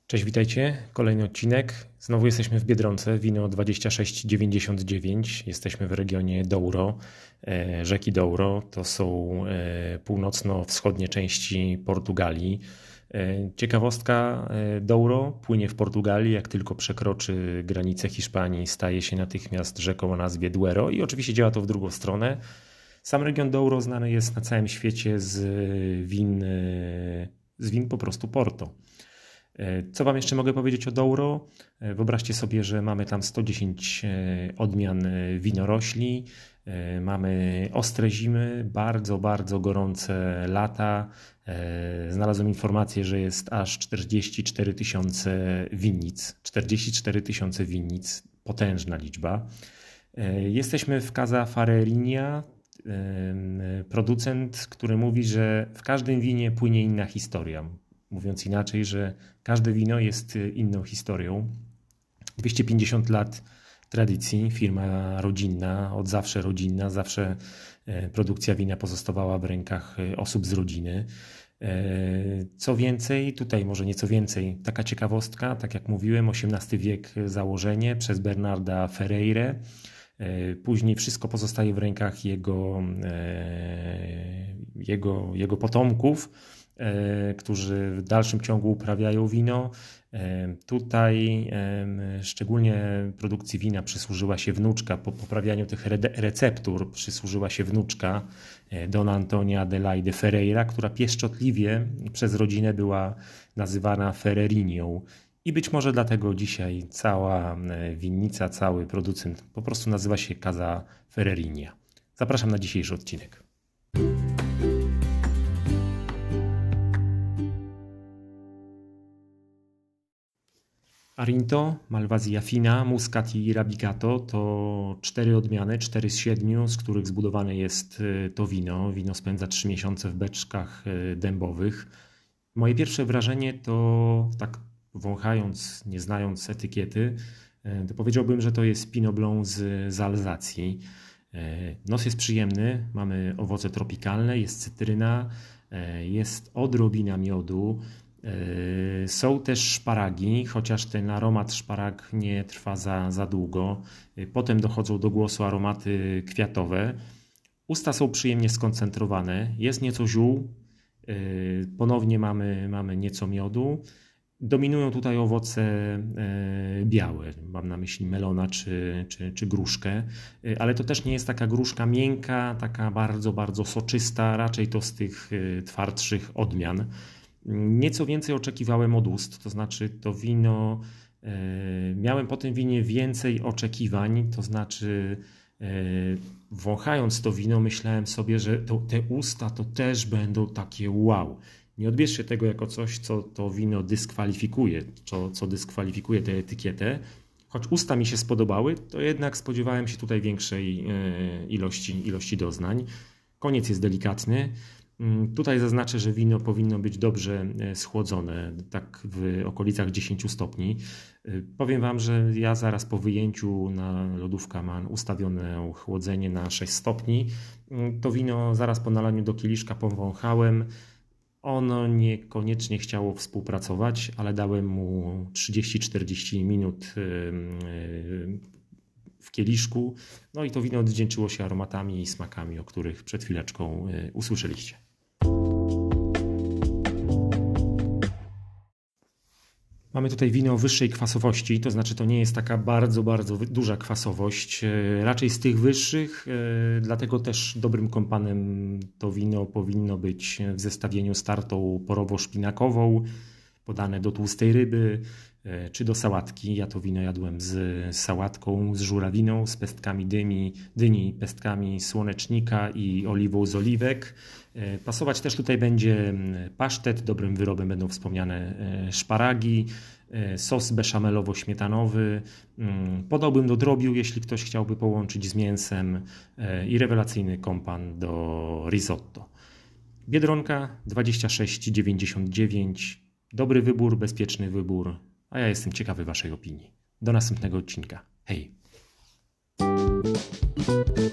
Cześć, witajcie. Kolejny odcinek. Znowu jesteśmy w Biedronce, wino 26,99. Jesteśmy w regionie Douro, rzeki Douro. To są północno-wschodnie części Portugalii. Ciekawostka, Douro płynie w Portugalii. Jak tylko przekroczy granicę Hiszpanii, staje się natychmiast rzeką o nazwie Duero i oczywiście działa to w drugą stronę. Sam region Douro znany jest na całym świecie z win po prostu Porto. Co Wam jeszcze mogę powiedzieć o Douro? Wyobraźcie sobie, że mamy tam 110 odmian winorośli, mamy ostre zimy, bardzo, bardzo gorące lata. Znalazłem informację, że jest aż 44 tysiące winnic. 44 tysiące winnic, potężna liczba. Jesteśmy w Casa Fareirinha, producent, który mówi, że w każdym winie płynie inna historia. Mówiąc inaczej, że każde wino jest inną historią. 250 lat tradycji, firma rodzinna, od zawsze rodzinna, zawsze produkcja wina pozostawała w rękach osób z rodziny. Co więcej, tutaj może nieco więcej, taka ciekawostka, tak jak mówiłem, XVIII wiek założenie przez Bernarda Ferreirę. Później wszystko pozostaje w rękach jego potomków, którzy w dalszym ciągu uprawiają wino. Tutaj szczególnie produkcji wina przysłużyła się wnuczka, po poprawianiu tych receptur przysłużyła się wnuczka Dona Antonia Adelaide Ferreira, która pieszczotliwie przez rodzinę była nazywana Ferreirinhą. I być może dlatego dzisiaj cała winnica, cały producent po prostu nazywa się Casa Fareirinha. Zapraszam na dzisiejszy odcinek. Arinto, Malvasia Fina, Muscat i Rabicato to 4 odmiany, 4 z 7, z których zbudowane jest to wino. Wino spędza 3 miesiące w beczkach dębowych. Moje pierwsze wrażenie to, tak wąchając, nie znając etykiety, to powiedziałbym, że to jest Pinot Blanc z Alzacji. Nos jest przyjemny, mamy owoce tropikalne, jest cytryna, jest odrobina miodu. Są też szparagi, chociaż ten aromat szparag nie trwa za długo. Potem dochodzą do głosu aromaty kwiatowe. Usta są przyjemnie skoncentrowane, jest nieco ziół, ponownie mamy nieco miodu. Dominują tutaj owoce białe, mam na myśli melona czy gruszkę, ale to też nie jest taka gruszka miękka, taka bardzo, bardzo soczysta, raczej to z tych twardszych odmian. Nieco więcej oczekiwałem od ust, to znaczy to wino, miałem po tym winie więcej oczekiwań, to znaczy wąchając to wino myślałem sobie, że te usta to też będą takie wow. Nie odbierzcie tego jako coś, co to wino dyskwalifikuje, co dyskwalifikuje tę etykietę. Choć usta mi się spodobały, to jednak spodziewałem się tutaj większej ilości doznań. Koniec jest delikatny. Tutaj zaznaczę, że wino powinno być dobrze schłodzone, tak w okolicach 10 stopni. Powiem Wam, że ja zaraz po wyjęciu na lodówkę mam ustawione chłodzenie na 6 stopni. To wino zaraz po nalaniu do kieliszka powąchałem. Ono niekoniecznie chciało współpracować, ale dałem mu 30-40 minut w kieliszku. No i to wino odwdzięczyło się aromatami i smakami, o których przed chwileczką usłyszeliście. Mamy tutaj wino wyższej kwasowości, to znaczy to nie jest taka bardzo, bardzo duża kwasowość, raczej z tych wyższych, dlatego też dobrym kompanem to wino powinno być w zestawieniu z tartą porowo-szpinakową, podane do tłustej ryby czy do sałatki. Ja to wino jadłem z sałatką, z żurawiną, z pestkami dyni, pestkami słonecznika i oliwą z oliwek. Pasować też tutaj będzie pasztet, dobrym wyrobem będą wspomniane szparagi, sos beszamelowo-śmietanowy. Podałbym do drobiu, jeśli ktoś chciałby połączyć z mięsem, i rewelacyjny kompan do risotto. Biedronka 26,99. Dobry wybór, bezpieczny wybór, a ja jestem ciekawy Waszej opinii. Do następnego odcinka. Hej!